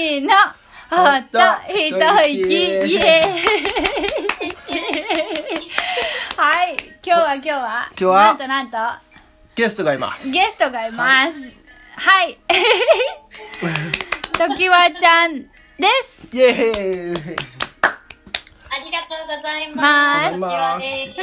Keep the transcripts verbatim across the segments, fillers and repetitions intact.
ーのほっと一息イエーイはい、今日は今日は今日はなんとなんとゲストがいます。 ゲストがいます。はい、ときわちゃんです。 イエーイ。 ありがとうございます。 ます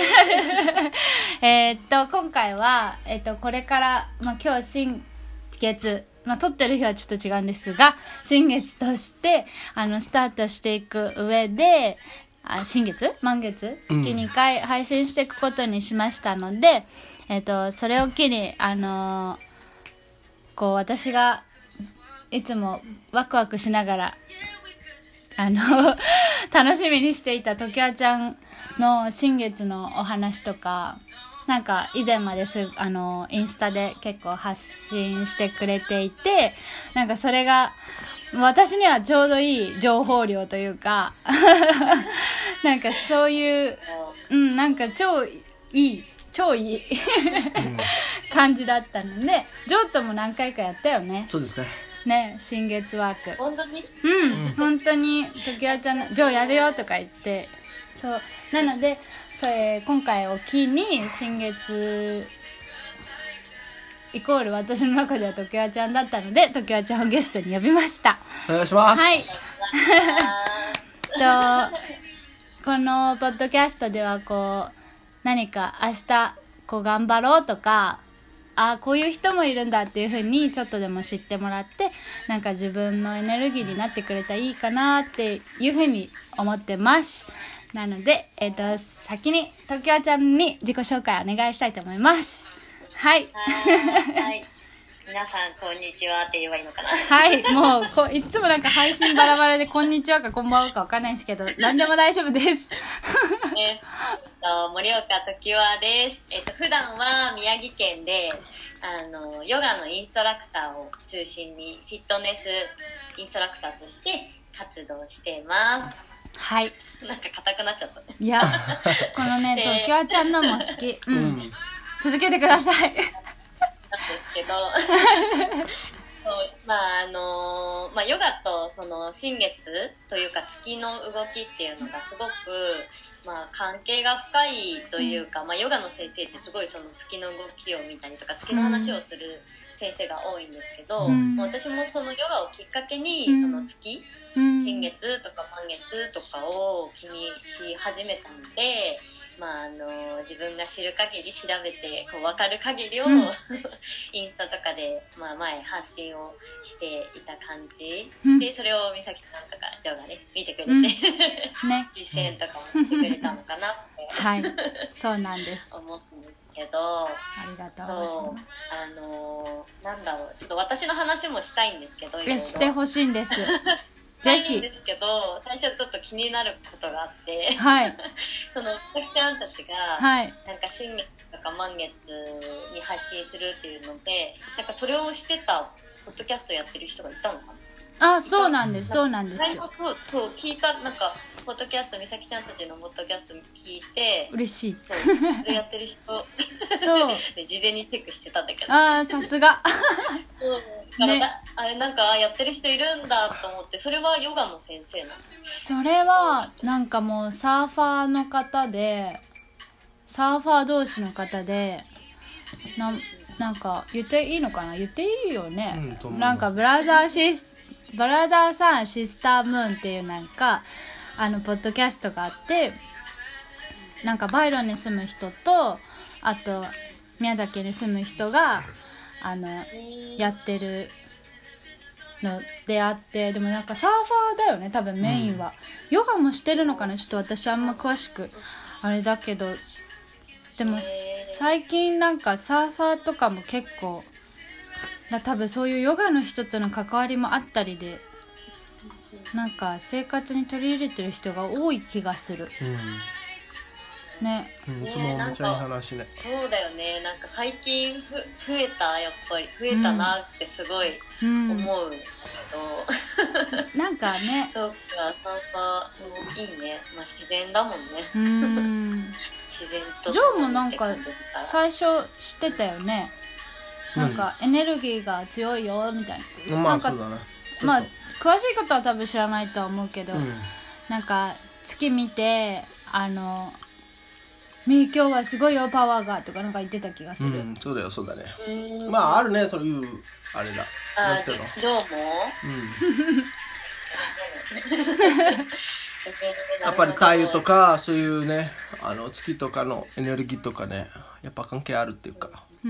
えっと今回はえっ、とこれからまあ今日新月、まあ撮ってる日はちょっと違うんですが、新月としてあのスタートしていく上で、あ新月満月月にかい配信していくことにしましたので、うん、えっとそれを機にあのー、こう私がいつもワクワクしながらあの楽しみにしていたときわちゃんの新月のお話とか、なんか以前まですあのインスタで結構発信してくれていて、なんかそれが私にはちょうどいい情報量というかなんかそういううんなんか超いい超いい感じだったので、ジョーとも何回かやったよね。 そうですね。 ね、新月ワーク。 本当に？ うん、本当にときわちゃんのジョーやるよとか言って、そうなのでそれ今回を機に新月イコール私の中ではときわちゃんだったので、ときわちゃんをゲストに呼びました。 お願いします。 はいとこのポッドキャストではこう何か明日こう頑張ろうとか、あこういう人もいるんだっていう風にちょっとでも知ってもらって、なんか自分のエネルギーになってくれたらいいかなっていう風に思ってます。なので、えっと先にときわちゃんに自己紹介お願いしたいと思います。はいはい、皆さんこんにちはって言えばいいのかな。 はい、もうこいつもなんか配信バラバラでこんにちはかこんばんはかわかんないんですけど、何でも大丈夫ですえっと森岡ときわです。えっと普段は宮城県であのヨガのインストラクターを中心にフィットネスインストラクターとして活動しています。 はい。 なんか硬くなっちゃったね。 いや、このね、ときわちゃんのも好き。うん。うん、続けてください。 なんですけど、そうまああのまあヨガとその新月というか月の動きっていうのがすごくまあ関係が深いというか、うん、まあヨガの先生ってすごいその月の動きを見たりとか月の話をする先生が多いんですけど、うん、私もそのヨガをきっかけに、うん、その月、うん、新月とか満月とかを気にし始めたので、まあ、あの自分が知る限り調べてこう分かる限りを、うん、インスタとかで、まあ、前発信をしていた感じ、うん、でそれを美咲さんとかジョーがね見てくれて、うんね、実践とかもしてくれたのかなってはいそうなんです思ったんですけど、 ありがとう。 そうあのなんだろうちょっと私の話もしたいんですけど、いろいろしてほしいんですぜひですけど、最初ちょっと気になることがあって、 はい、 その美咲ちゃんたちが、はい、なんか新月とか満月に配信するっていうので、なんかそれをしてたポッドキャストやってる人がいたのかな。 あ、そうなんです、そうなんですよ。 そうそう聞いた、なんかポッドキャスト美咲ちゃんたちのポッドキャスト聞いて嬉しい。 そうそれやってる人そうで事前にチェックしてたんだけど、 あーさすがそうだから、ね、あれなんかやってる人いるんだと思って、それはヨガの先生なの？ それはなんかもうサーファーの方で、サーファー同士の方でな、なんか言っていいのかな、言っていいよね、うん、なんかブラザーシスブラザーさんシスタームーンっていうなんかあのポッドキャストがあって、なんかバイロンに住む人とあと宮崎に住む人があのやってるのであって、でもなんかサーファーだよね多分メインは、うん、ヨガもしてるのかな、ちょっと私あんま詳しくあれだけど、でも最近なんかサーファーとかも結構多分そういうヨガの人との関わりもあったりで、なんか生活に取り入れてる人が多い気がする、うん、ね、 うん、いつもめっちゃいい話ね。 そうだよね、なんか最近ふ増えた、やっぱり増えたなってすごい思うんだけど、 うん、なんかねそうか、サーファーいいね、まあ、自然だもんね。うん、自然とジョーもなんか最初知ってたよね、なんかエネルギーが強いよみたいな、 まあそうだね、 まあ詳しいことは多分知らないとは思うけど、 うん、 なんか月見てあのみー今日はすごいよパワーがとかなんか言ってた気がする、 うん、そうだよそうだね。 うんまああるねそういうあれだ。 あなんていうの。 どうもやっぱり太陽とかそういうねあの月とかのエネルギーとかねやっぱ関係あるっていうか、 うん、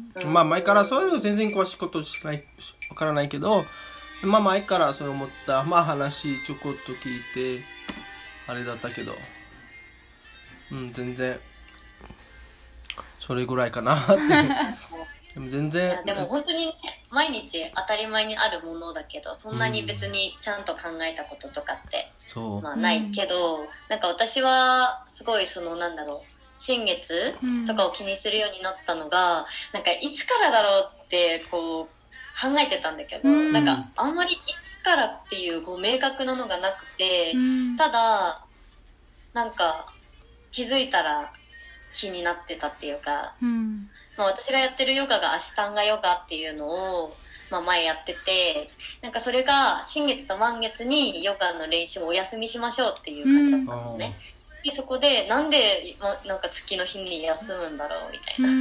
まあ前からそういうの全然詳しいことしないわからないけど、まあ前からそう思ったまあ話ちょこっと聞いてあれだったけど、うん全然それぐらいかなってでも全然いやでも本当に、ね、毎日当たり前にあるものだけどそんなに別にちゃんと考えたこととかって、 そう、 まあ、ないけど、うん、なんか私はすごいそのなんだろう新月とかを気にするようになったのが、うん、なんかいつからだろうってこう考えてたんだけど、うん、なんかあんまりいつからっていうこう明確なのがなくて、うん、ただなんか気づいたら気になってたっていうか、うんまあ、私がやってるヨガがアシタンガヨガっていうのを、まあ、前やっててなんかそれが新月と満月にヨガの練習をお休みしましょうっていう感じだったのね、うん、でそこでなんで、ま、なんか月の日に休むんだろうみたいな、うん、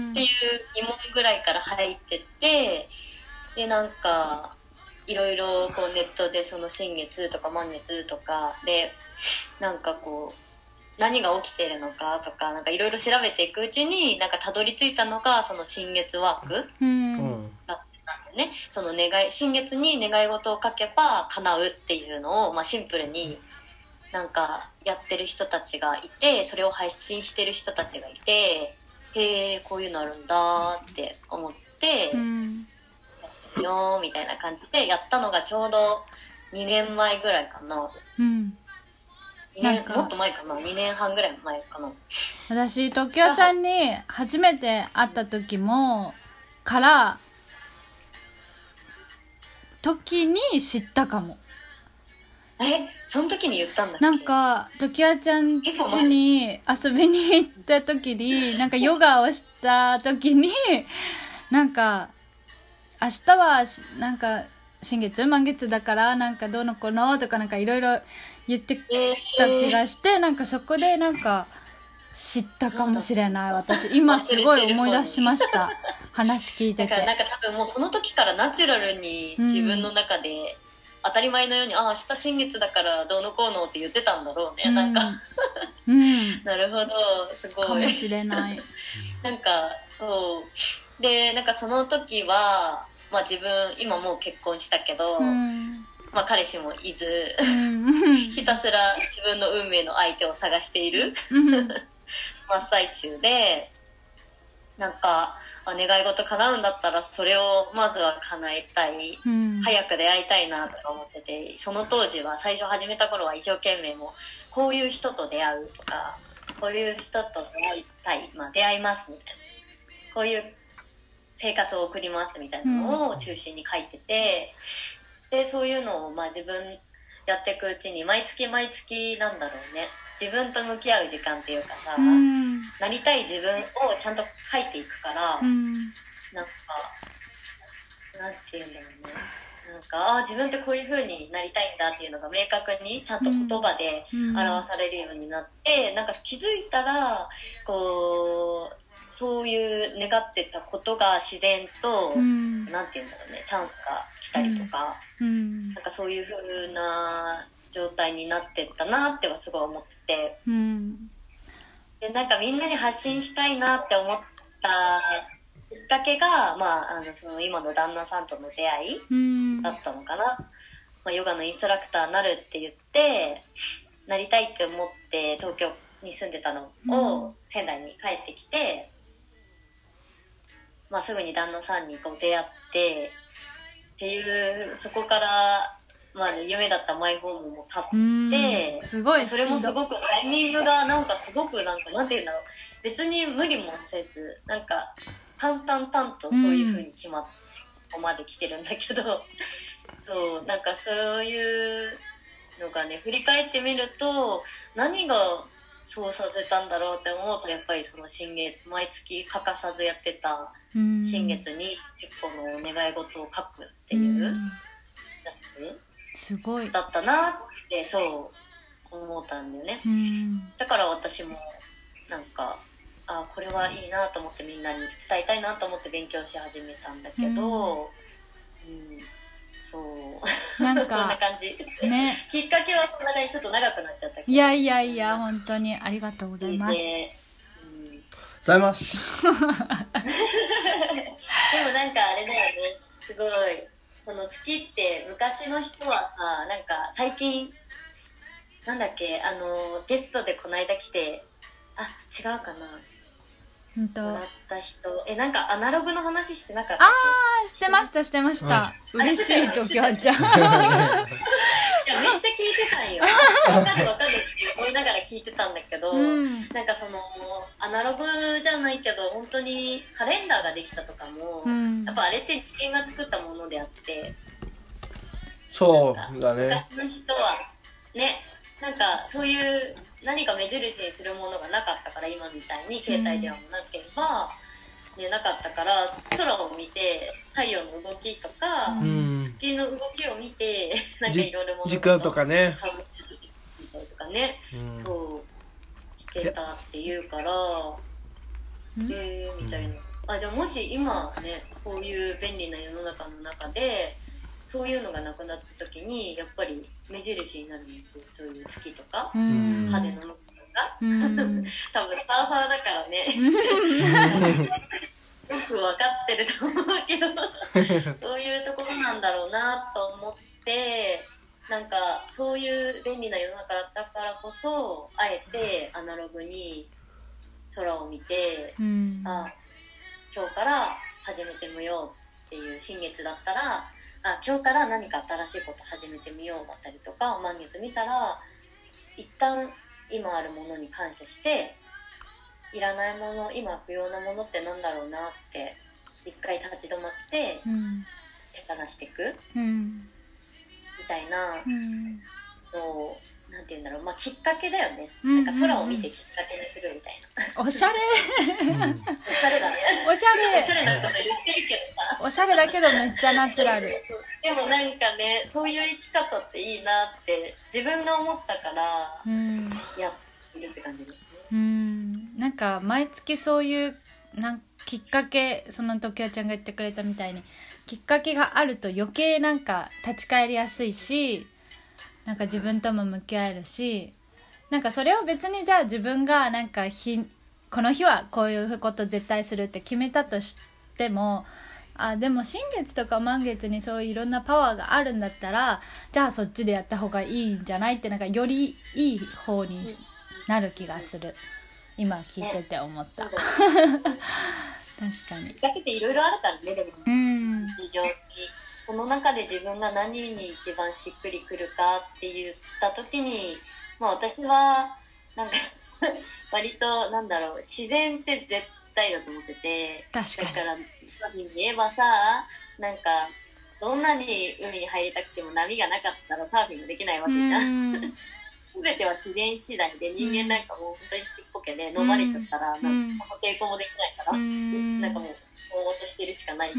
っていう疑問ぐらいから入ってってでなんかいろいろこうネットでその新月とか満月とかでなんかこう何が起きてるのかとかなんかいろいろ調べていくうちになんかたどり着いたのがその新月ワークだったんだよね。その願い新月に願い事を書けば叶うっていうのを、まあ、シンプルになんかやってる人たちがいてそれを配信してる人たちがいてへえこういうのあるんだって思ってやってみようみたいな感じでやったのがちょうどにねんまえぐらいかな。うんなんかもっと前かなにねんはんぐらい前かな。 私ときおちゃんに初めて会った時もから時に知ったかも。 えその時に言ったんだっけ。 なんかときおちゃん家に遊びに行った時になんかヨガをした時になんか明日はなんか新月満月だからなんかどうのこのとかなんかいろいろ言ってた気がして、えー、なんかそこでなんか知ったかもしれない。私今すごい思い出しました話聞いてて。 だからなんか多分もうその時からナチュラルに自分の中で当たり前のように、うん、あ明日新月だからどうのこうのって言ってたんだろうね、うん、なんか、うん、なるほどすごいかもしれないなんかそうでなんかその時はまあ自分今もう結婚したけど、うんまあ、彼氏もいず、うん、ひたすら自分の運命の相手を探している、うん、真っ最中でなんか願い事叶うんだったらそれをまずは叶えたい、うん、早く出会いたいなとか思っててその当時は最初始めた頃は一生懸命もこういう人と出会うとかこういう人と出会いたい、まあ、出会いますみたいなこういう生活を送りますみたいなのを中心に書いてて、うん、でそういうのをまあ自分やっていくうちに毎月毎月なんだろうね自分と向き合う時間っていうかさ、うん、なりたい自分をちゃんと書いていくから、うん、なんかなんていうんだろうねなんかあ自分ってこういう風になりたいんだっていうのが明確にちゃんと言葉で表されるようになって、うん、なんか気づいたらこうそういう願ってたことが自然と、うん、なんていうんだろうねチャンスが来たりとか、うん、なんかそういう風な状態になってったなってはすごい思ってて、うん、でなんかみんなに発信したいなって思ったきっかけが、まあ、あのその今の旦那さんとの出会いだったのかな、まあ、ヨガのインストラクターになるって言ってなりたいって思って東京に住んでたのを仙台に帰ってきて、まあ、すぐに旦那さんにこう出会ってっていうそこからまあ、夢だったマイホームも買ってすごいそれもすごくタイミングがなんかすごくなんかなんていうんだろう別に無理もせずなんか淡々々とそういう風に決まってここまで来てるんだけどそうなんかそういうのがね振り返ってみると何がそうさせたんだろうって思うとやっぱりその新月毎月欠かさずやってた新月に結構の願い事を書くっていうすごい。 だったなってそう思ったんだよね。 うん。 だから私もなんかあこれはいいなと思ってみんなに伝えたいなと思って勉強し始めたんだけど、うん、うん、そうなんかこんな感じ、ね、きっかけはこんな感じちょっと長くなっちゃったけど、 いやいやいや本当にありがとうございます。 で、うん、ございます。でもなんかあれだよね、すごいその月って昔の人はさ、なんか最近なんだっけ、あのゲストでこの間来て、あ違うかな、 うんと、 もらった人、えなんかアナログの話してなかったっけ？ ああしてましたしてました、うん、嬉しいときはちゃんいやめっちゃ聞いてたんよ。わかるわかるって思いながら聞いてたんだけど、うん、なんかそのアナログじゃないけど本当にカレンダーができたとかも、うん、やっぱあれって人間が作ったものであって、 そうだね。 昔の人はね、なんかそういう何か目印にするものがなかったから、今みたいに携帯電話もなければ、うんね、なかったから空を見て太陽の動きとか、うん、月の動きを見てなんかいろいろもの時間とかねとかね、うん、そうしてたっていうから、えーみたいな。あ、じゃあもし今ねこういう便利な世の中の中でそういうのがなくなった時にやっぱり目印になるのってそういう月とか、うん、風の向こうが、うん、多分サーファーだからねよく分かってると思うけどそういうところなんだろうなと思って、なんかそういう便利な世の中だったからこそあえてアナログに空を見て、うん、あ今日から始めてみようっていう、新月だったらあ今日から何か新しいこと始めてみようだったりとか、満月見たら一旦今あるものに感謝して、いらないもの、今不要なものってなんだろうなって一回立ち止まって手放していく、うん、みたいな、うん、こうなんて言うんだろう、まあきっかけだよね、うんうんうん、なんか空を見てきっかけにするみたいな。おしゃれおしゃれだね。 おしゃれおしゃれなこと言ってるけどさ、 おしゃれだけどめっちゃナチュラル。 でもなんかね、そういう生き方っていいなって自分が思ったからやってるって感じですね。 うん、なんか毎月そういうなんきっかけ、その時はちゃんが言ってくれたみたいにきっかけがあると余計なんか立ち返りやすいし、なんか自分とも向き合えるし、なんかそれを別にじゃあ自分がなんか日この日はこういうこと絶対するって決めたとしても、あでも新月とか満月にそういういろんなパワーがあるんだったら、じゃあそっちでやった方がいいんじゃないって、なんかよりいい方になる気がする。今聞いてて思った。確かに。 きっかけっていろいろあるからね、でも。うん。非常に。その中で自分が何に一番しっくりくるかって言った時に、まあ私はなんか割となんだろう、自然って絶対だと思ってて、 確かに。 だからサーフィンに言えばさ、なんかどんなに海に入りたくても波がなかったらサーフィンができないわけじゃん。全ては自然次第で、人間なんかもう本当にちっぽけで飲まれちゃったら、うん、なんか抵抗もできないから、うん、なんかもうぼーっとしてるしかないし、うん、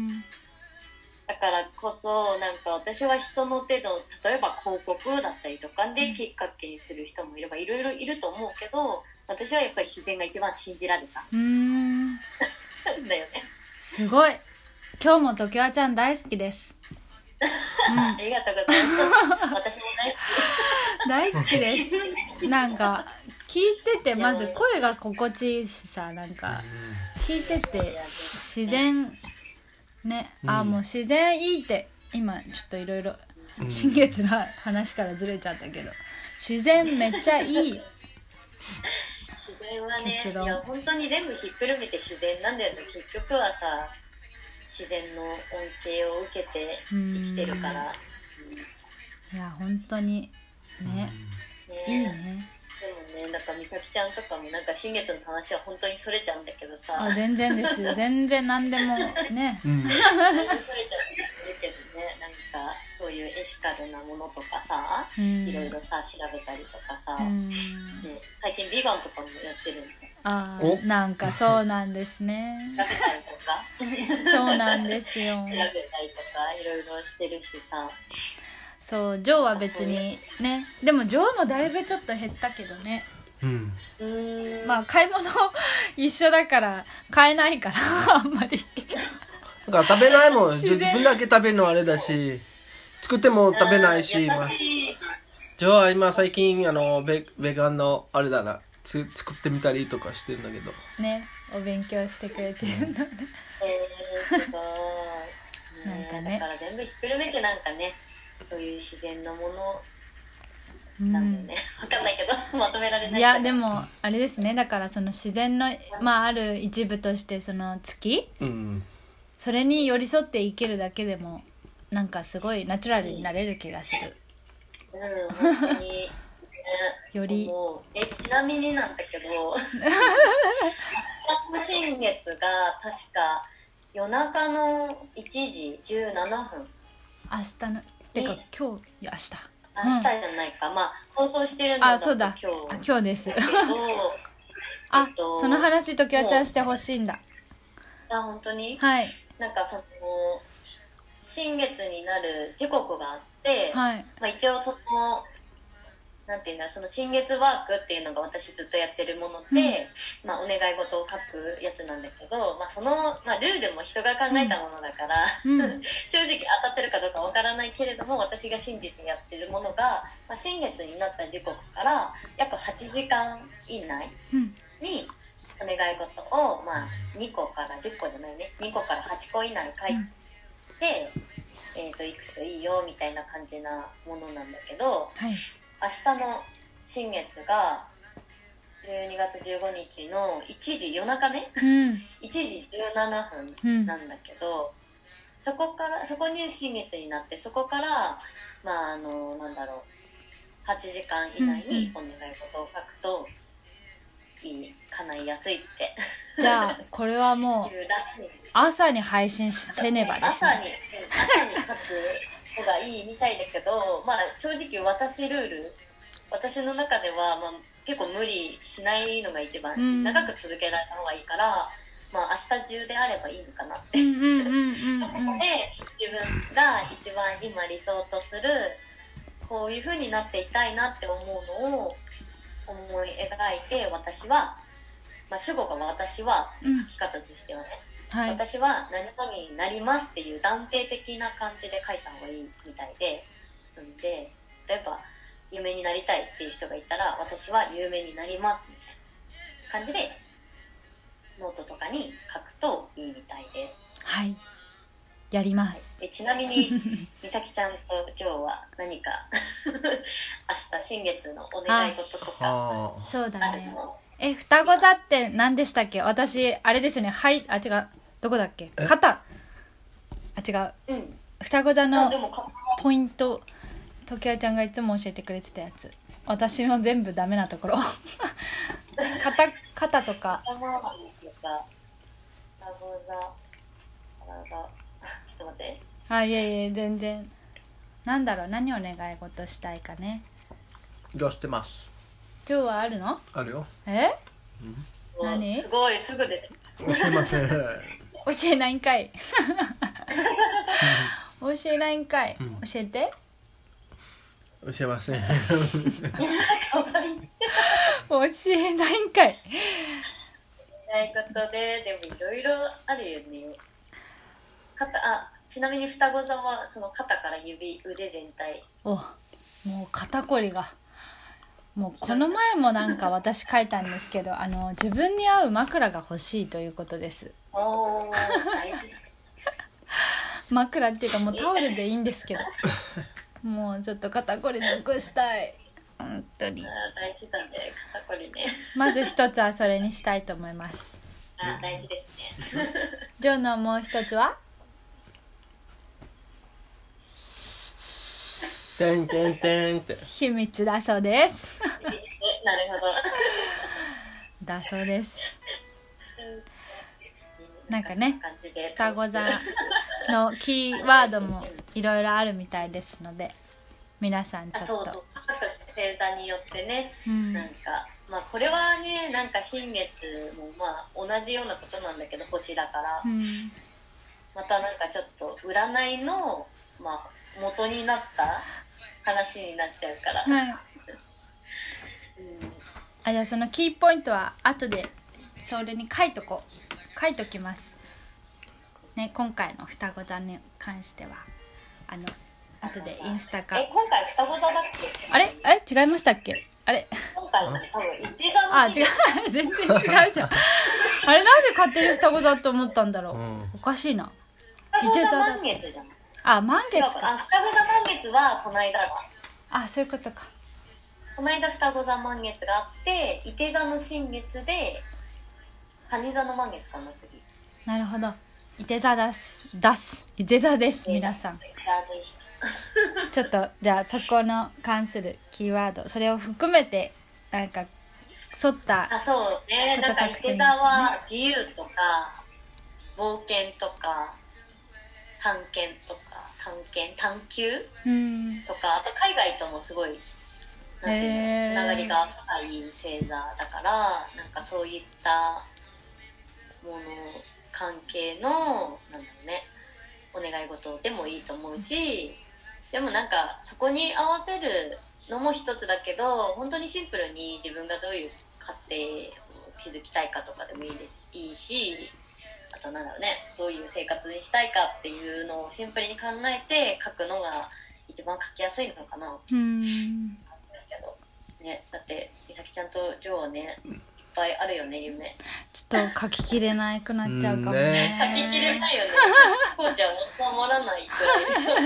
だからこそなんか私は人の手の例えば広告だったりとかできっかけにする人もいればいろいろいると思うけど、私はやっぱり自然が一番信じられた。うーんだよね。 すごい。今日もときわちゃん大好きです。 うん、ありがとうございます。私も大好き。大好きです。なんか聞いててまず声が心地いいしさ、なんか聞いてて自然ね、うん、あもう自然いいって今ちょっといろいろ新月の話からずれちゃったけど、自然めっちゃいい。 自然はね、いや本当に全部ひっくるめて自然なんだよね。結局はさ、自然の恩恵を受けて生きてるから、 うん、いや本当に ね, ねいいね。 でもね、なんか美咲ちゃんとかもなんか新月の話は本当にそれちゃうんだけどさ、 あ全然ですよ全然何でもね、うん、それちゃうんだけどね、なんかそういうエシカルなものとかさ、うん、いろいろさ調べたりとかさ、うん、ね、最近ビガンとかもやってるんだよ。 あおーなんかそうなんですね調べたりとかそうなんですよ調べたりとかいろいろしてるしさ。 そうジョーは別にねでもジョーもだいぶちょっと減ったけどねうんうーんまあ買い物一緒だから買えないからあんまりだから食べないもん自然自分だけ食べるのあれだし作っても食べないし、 うん優まあ、 しい。 ジョーは今最近あのベベガンのあれだなつ作ってみたりとかしてるんだけどねお勉強してくれてるんだねえー、すごい、ね、 なんかねだから全部ひっくるめてなんかねそういう自然のものうんなんだよね、わかんないけどまとめられないけど。 いやでもあれですねだからその自然のまあある一部としてその月うんそれに寄り添って生きるだけでもなんかすごいナチュラルになれる気がするうん本当に、ね、 よりもうえちなみになんだけど新月が確か夜中のいちじじゅうななふん明日のてか今日いや明日明日じゃないか、まあ放送してるのだとあそうだ今あ日今日ですだけどあえっとその話ときわちゃんしてほしいんだあ本当に、 はいなんかその新月になる時刻があって、 はいまあ、一応そのなんていうんだその新月ワークっていうのが私ずっとやってるもので、まあ、お願い事を書くやつなんだけど、まあ、その、まあ、ルールも人が考えたものだから、 うん正直当たってるかどうかわからないけれども私が信じてやってるものが、まあ、新月になった時刻から約はちじかん以内うんにお願い事を、まあ、にこからじゅっこじゃないねにこからはちこ以内書いて、えーといくといいよみたいな感じなものなんだけど、 はい明日の新月がじゅうにがつじゅうごにちのいちじ夜中ねうんいちじじゅうななふんなんだけど、そこからそこに新月になってそこからまああのなんだろうはちじかん以内にお願い事を書くといい叶いやすいってじゃあこれはもういうらしい。 朝に配信せねばです朝にね朝に書くのがいいみたいだけど、まあ、正直私ルール私の中では、まあ、結構無理しないのが一番、 うん長く続けられた方がいいから、まあ、明日中であればいいのかなって、 うんうんうんうんうんで自分が一番今理想とするこういう風になっていたいなって思うのを思い描いて私は、まあ、主語が私は書き方としてはね、 はい私は何々になりますっていう断定的な感じで書いた方がいいみたいで、なんで例えば有名になりたいっていう人がいたら私は有名になりますみたいな感じでノートとかに書くといいみたいです。 はいやりますえちなみに美咲ちゃんとジョーは何か明日新月のお願い事とかはあそうだねあるの？ え双子座って何でしたっけ私あれですよねはいあ違うどこだっけえ肩あ違ううん双子座あのでもかポイント時矢ちゃんがいつも教えてくれてたやつ私の全部ダメなところ肩肩とか頭がいいとか双子座体ちょっと待ってあいやいや全然なんだろう何を願い事したいかねじゃあしてます今日はあるのあるよえもう何すごいすぐ出てしてません教えないんかい教えないんかい、 うん教えて教えません教えないんかいないことででもいろいろあるよね。肩あちなみに双子座はその肩から指腕全体おもう肩こりがもうこの前もなんか私書いたんですけどあの自分に合う枕が欲しいということです。 おー大事だ枕っていうかもうタオルでいいんですけどもうちょっと肩こりなくしたい本当に。 あ大事だね肩こりねまず一つはそれにしたいと思います。 あ大事ですねジョーのもう一つはてんてんてんって秘密だそうですえなるほどだそうですなんかね双子座のキーワードもいろいろあるみたいですので皆さんちょっとあそうそう各星座によってね、 うんなんかまあこれはね、なんか新月もまあ同じようなことなんだけど、星だから、 うん、 またなんかちょっと占いの、まあ、元になった話になっちゃうから、 はい、 うん、 あ、じゃあそのキーポイントは後でそれに書いとこう書いときますね。今回の双子座に関してはあの後でインスタか。 え、今回双子座だっけ？ あれあれ違いましたっけ？あれ今回の多分伊手座のあ、違う全然違うじゃんあれなんで勝手に双子座って思ったんだろう、うん、おかしいな。 双子座満月じゃん。 あ、満月か。 あ、双子座満月はこの間だ。 あ、そういうことか。 この間双子座満月があって、伊手座の新月で蟹座の満月かな、次。 なるほど。伊手座出す出す伊手座です、皆さん。ちょっとじゃあそこの関するキーワード、それを含めてなんか沿ったあ、そうね。なんか伊手座は自由とか冒険とか探検とか探検探求とか、あと海外ともすごいなんていうの、つながりが深い星座だから、なんかそういったもの関係のなんだろうね、お願い事でもいいと思うし、でもなんかそこに合わせるのも一つだけど、本当にシンプルに自分がどういう家庭を築きたいかとかでもいいですいいし、あとなんだろうね、どういう生活にしたいかっていうのをシンプルに考えて書くのが一番書きやすいのかな。 うーん、 けどね、だって美咲ちゃんとジョーはね、いっぱいあるよね、夢。 ちょっと書ききれなくなっちゃうかもね。 書ききれないよね。こうちゃんは守らないくらいでしょ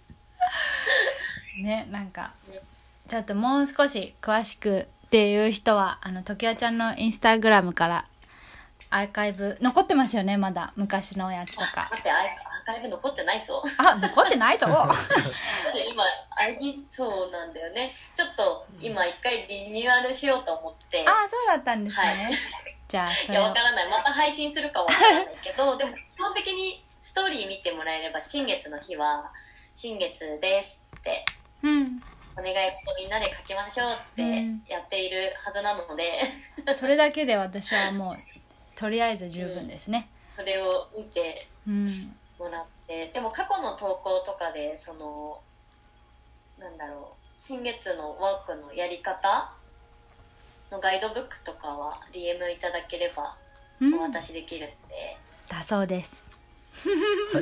ね、なんかちょっともう少し詳しくっていう人はあの時矢ちゃんのインスタグラムからアーカイブ残ってますよね、まだ昔のやつとか。 待って、アーカイブ残ってないぞ。 あ、残ってないぞ今 アイディー そうなんだよね。ちょっっと今一回リニューアルしようと思って。 ああ、そうだったんですね。はい、じゃあそれを。 いや、わからない。また配信するかわからないけど、でも基本的にストーリー見てもらえれば、新月の日は、新月ですって、 うん、 お願い事みんなで書きましょうってやっているはずなので、 うん、それだけで私はもう、とりあえず十分ですね。 うん、それを見てもらって、うん、でも過去の投稿とかで、その、なんだろう、新月のワークのやり方のガイドブックとかは ディーエム いただければお渡しできるんで、 うん、だそうです。はい、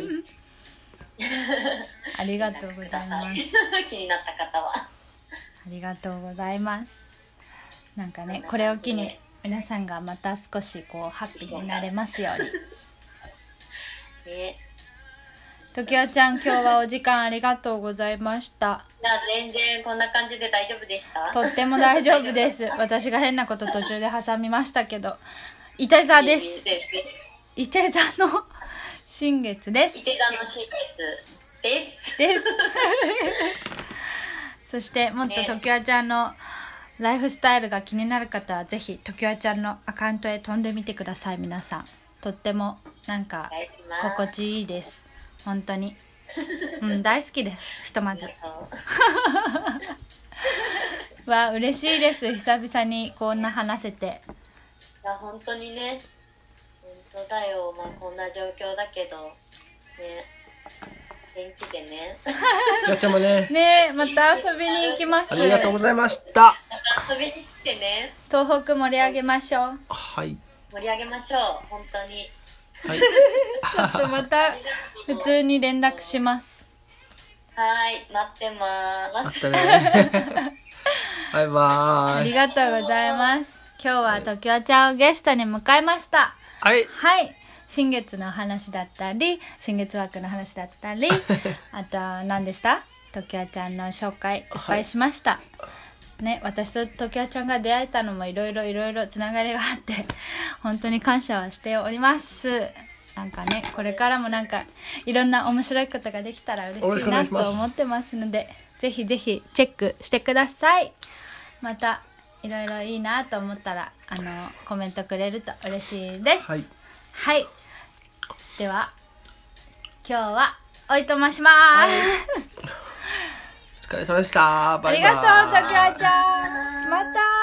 ありがとうございます気になった方はありがとうございます。なんかね、これを機に皆さんがまた少しこうハッピーになれますようにね。時矢ちゃん、今日はお時間ありがとうございました。 いや、全然こんな感じで大丈夫でした？ とっても大丈夫です。私が変なこと途中で挟みましたけど、いて座です。いて座の新月です。 いて座の新月ですですそしてもっと時矢ちゃんのライフスタイルが気になる方はぜひ時矢ちゃんのアカウントへ飛んでみてください。皆さんとってもなんか心地いいです、本当に、うん、大好きです。ひとまずわ、嬉しいです。久々にこんな話せて。 いや、本当にね、本当だよ。まあこんな状況だけどね、元気でね。 やっちゃんもね。 ね、また遊びに行きます。 ありがとうございました。 また遊びに来てね。 東北盛り上げましょう。 はい。 盛り上げましょう。本当に。 はい、ちょっとまた普通に連絡します。 はい、待ってます。 待ってね。バイバーイ。 ありがとうございます。今日は時矢ちゃんをゲストに迎えました。 はい。 はい。新月の話だったり、新月枠の話だったり、あと何でした？時矢ちゃんの紹介いっぱいしました。はい、ね、私と時矢ちゃんが出会えたのもいろいろいろいろつながりがあって本当に感謝はしております。なんかね、これからもなんかいろんな面白いことができたら嬉しいなと思ってますので、ぜひぜひチェックしてください。またいろいろいいなと思ったらあのコメントくれると嬉しいです。はい、はい、では今日はおいとまします、はい、 お疲れ様でした。バイバイ。 ありがとう時矢ちゃん、また。